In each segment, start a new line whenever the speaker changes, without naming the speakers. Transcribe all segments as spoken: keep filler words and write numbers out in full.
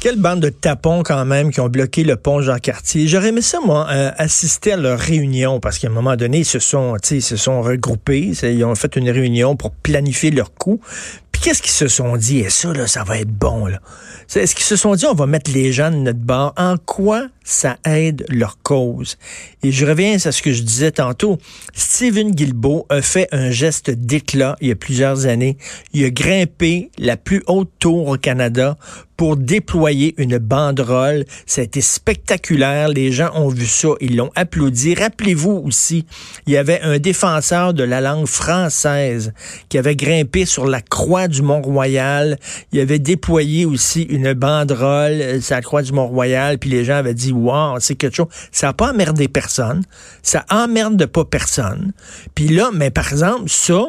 Quelle bande de tapons quand même qui ont bloqué le pont Jean-Cartier. J'aurais aimé ça, moi, euh, assister à leur réunion, parce qu'à un moment donné, ils se sont, ils se sont regroupés, ils ont fait une réunion pour planifier leur coup. Puis qu'est-ce qu'ils se sont dit? Et ça, là, ça va être bon, là. Est-ce qu'ils se sont dit, on va mettre les gens de notre bord? En quoi ça aide leur cause? Et je reviens à ce que je disais tantôt. Stephen Guilbeault a fait un geste d'éclat il y a plusieurs années. Il a grimpé la plus haute tour au Canada pour déployer une banderole. Ça a été spectaculaire. Les gens ont vu ça. Ils l'ont applaudi. Rappelez-vous aussi, il y avait un défenseur de la langue française qui avait grimpé sur la croix du Mont-Royal. Il avait déployé aussi une banderole, c'est la croix du Mont-Royal, puis les gens avaient dit « Wow, c'est quelque chose ». Ça n'a pas emmerdé personne. Ça emmerde pas personne. Puis là, mais par exemple, ça...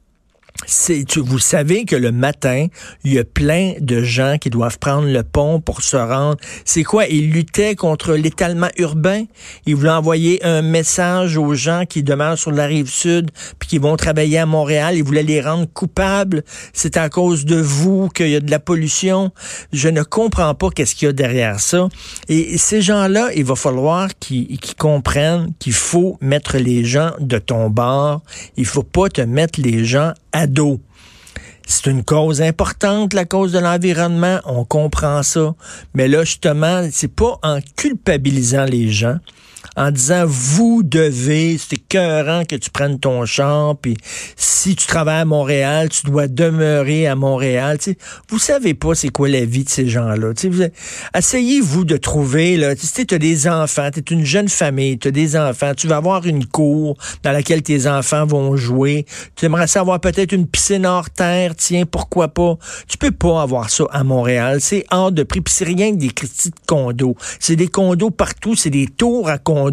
C'est, tu, vous savez que le matin, il y a plein de gens qui doivent prendre le pont pour se rendre. C'est quoi? Ils luttaient contre l'étalement urbain. Ils voulaient envoyer un message aux gens qui demeurent sur la rive sud puis qui vont travailler à Montréal. Ils voulaient les rendre coupables. C'est à cause de vous qu'il y a de la pollution. Je ne comprends pas qu'est-ce qu'il y a derrière ça. Et ces gens-là, il va falloir qu'ils, qu'ils comprennent qu'il faut mettre les gens de ton bord. Il faut pas te mettre les gens à dos. C'est une cause importante, la cause de l'environnement, on comprend ça. Mais là, justement, c'est pas en culpabilisant les gens, en disant, vous devez, c'est écœurant que tu prennes ton char, puis si tu travailles à Montréal, tu dois demeurer à Montréal. T'sais, vous savez pas c'est quoi la vie de ces gens-là. T'sais, vous, essayez-vous de trouver, là, tu as des enfants, tu es une jeune famille, tu as des enfants, tu vas avoir une cour dans laquelle tes enfants vont jouer, tu aimerais savoir peut-être une piscine hors terre, tiens, pourquoi pas. Tu peux pas avoir ça à Montréal, c'est hors de prix, puis c'est rien que des critiques de condos. C'est des condos partout, c'est des tours à condos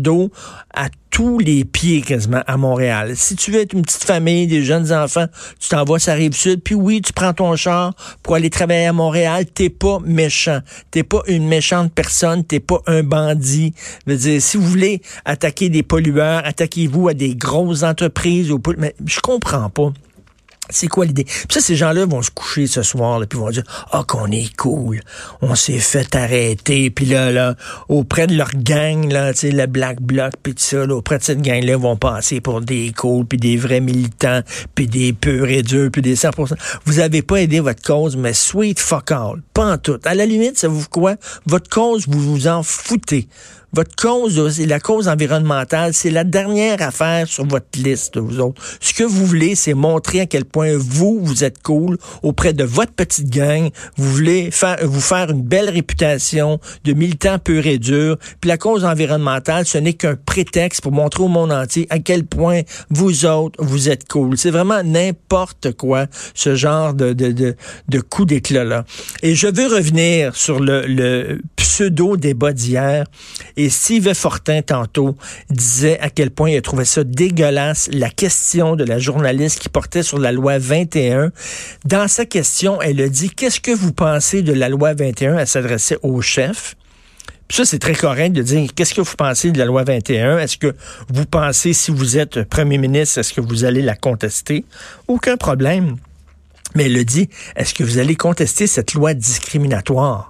à tous les pieds quasiment à Montréal. Si tu veux être une petite famille, des jeunes enfants, tu t'envoies sur la Rive-Sud, puis oui, tu prends ton char pour aller travailler à Montréal, t'es pas méchant. T'es pas une méchante personne, t'es pas un bandit. Je veux dire, si vous voulez attaquer des pollueurs, attaquez-vous à des grosses entreprises. Mais je comprends pas. C'est quoi l'idée? Puis ça, ces gens-là vont se coucher ce soir, là, puis vont dire « Ah, qu'on est cool, on s'est fait arrêter. » Puis là, là, auprès de leur gang, là, tu sais, le Black Bloc, puis tout ça, là, auprès de cette gang-là, vont passer pour des cools, puis des vrais militants, puis des purs et durs, puis des cent pour cent. Vous avez pas aidé votre cause, mais sweet fuck all. Pas en tout. À la limite, ça vous quoi? Votre cause, vous vous en foutez. Votre cause, la cause environnementale, c'est la dernière affaire sur votre liste, vous autres. Ce que vous voulez, c'est montrer à quel point vous, vous êtes cool auprès de votre petite gang. Vous voulez faire, vous faire une belle réputation de militant pur et dur. Puis la cause environnementale, ce n'est qu'un prétexte pour montrer au monde entier à quel point vous autres, vous êtes cool. C'est vraiment n'importe quoi, ce genre de, de, de, de coup d'éclat-là. Et je veux revenir sur le, le pseudo-débat d'hier. Et Steve Fortin, tantôt, disait à quel point il a trouvé ça dégueulasse, la question de la journaliste qui portait sur la loi vingt et un. Dans sa question, elle a dit « Qu'est-ce que vous pensez de la loi vingt et un ?» Elle s'adressait au chef. Puis ça, c'est très correct de dire « Qu'est-ce que vous pensez de la loi vingt et un? Est-ce que vous pensez, si vous êtes premier ministre, est-ce que vous allez la contester? » Aucun problème. Mais elle a dit « Est-ce que vous allez contester cette loi discriminatoire? »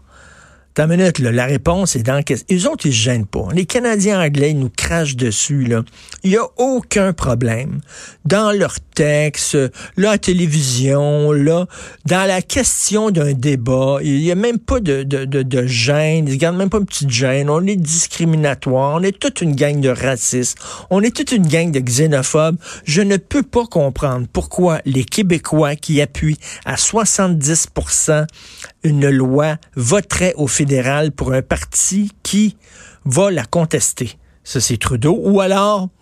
Dans une minute, là, la réponse est dans... Eux autres, ils se gênent pas. Les Canadiens anglais, ils nous crachent dessus, là. Il y a aucun problème. Dans leur texte, là, à la télévision, là, dans la question d'un débat, il y a même pas de, de, de, de gêne. Ils gardent même pas une petite gêne. On est discriminatoire. On est toute une gang de racistes. On est toute une gang de xénophobes. Je ne peux pas comprendre pourquoi les Québécois qui appuient à soixante-dix pour cent une loi voteraient au fédéral pour un parti qui va la contester. Ça, c'est Trudeau. Ou alors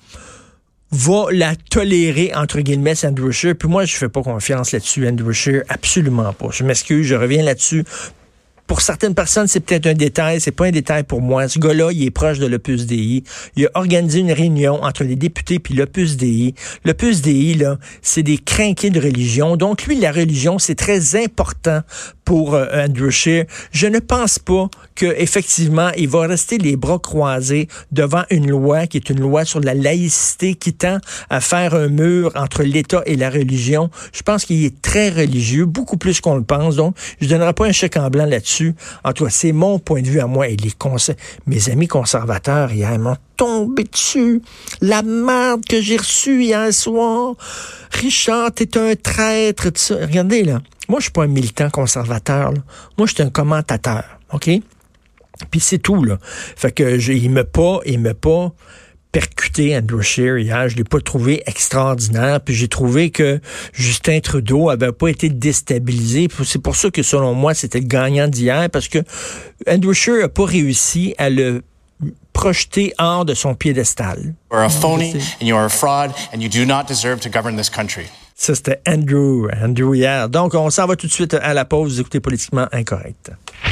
va la tolérer, entre guillemets, c'est Andrew Scheer. Puis moi, je fais pas confiance là-dessus, Andrew Scheer. Absolument pas. Je m'excuse, je reviens là-dessus. Pour certaines personnes, c'est peut-être un détail, c'est pas un détail pour moi. Ce gars-là, il est proche de l'Opus Dei. Il a organisé une réunion entre les députés puis l'Opus Dei. L'Opus Dei, là, c'est des crinqués de religion. Donc, lui, la religion, c'est très important pour euh, Andrew Scheer. Je ne pense pas qu'effectivement, il va rester les bras croisés devant une loi qui est une loi sur la laïcité qui tend à faire un mur entre l'État et la religion. Je pense qu'il est très religieux, beaucoup plus qu'on le pense. Donc, je ne donnerai pas un chèque en blanc là-dessus. dessus. En tout cas, c'est mon point de vue à moi. Et les conse- mes amis conservateurs, hier, m'ont tombé dessus. La merde que j'ai reçue hier soir. Richard, t'es un traître. Tout ça. Regardez, là. Moi, je suis pas un militant conservateur, là. Moi, je suis un commentateur. OK? Puis c'est tout, là. Fait que je, il m'a pas, il m'a pas percuté Andrew Scheer hier. Je l'ai pas trouvé extraordinaire. Puis j'ai trouvé que Justin Trudeau avait pas été déstabilisé. Puis c'est pour ça que, selon moi, c'était le gagnant d'hier, parce que Andrew Scheer a pas réussi à le projeter hors de son piédestal.
You are a phony and you are a fraud and you do not deserve to govern this country.
Ça, c'était Andrew, Andrew hier. Donc, on s'en va tout de suite à la pause. Vous écoutez Politiquement Incorrect.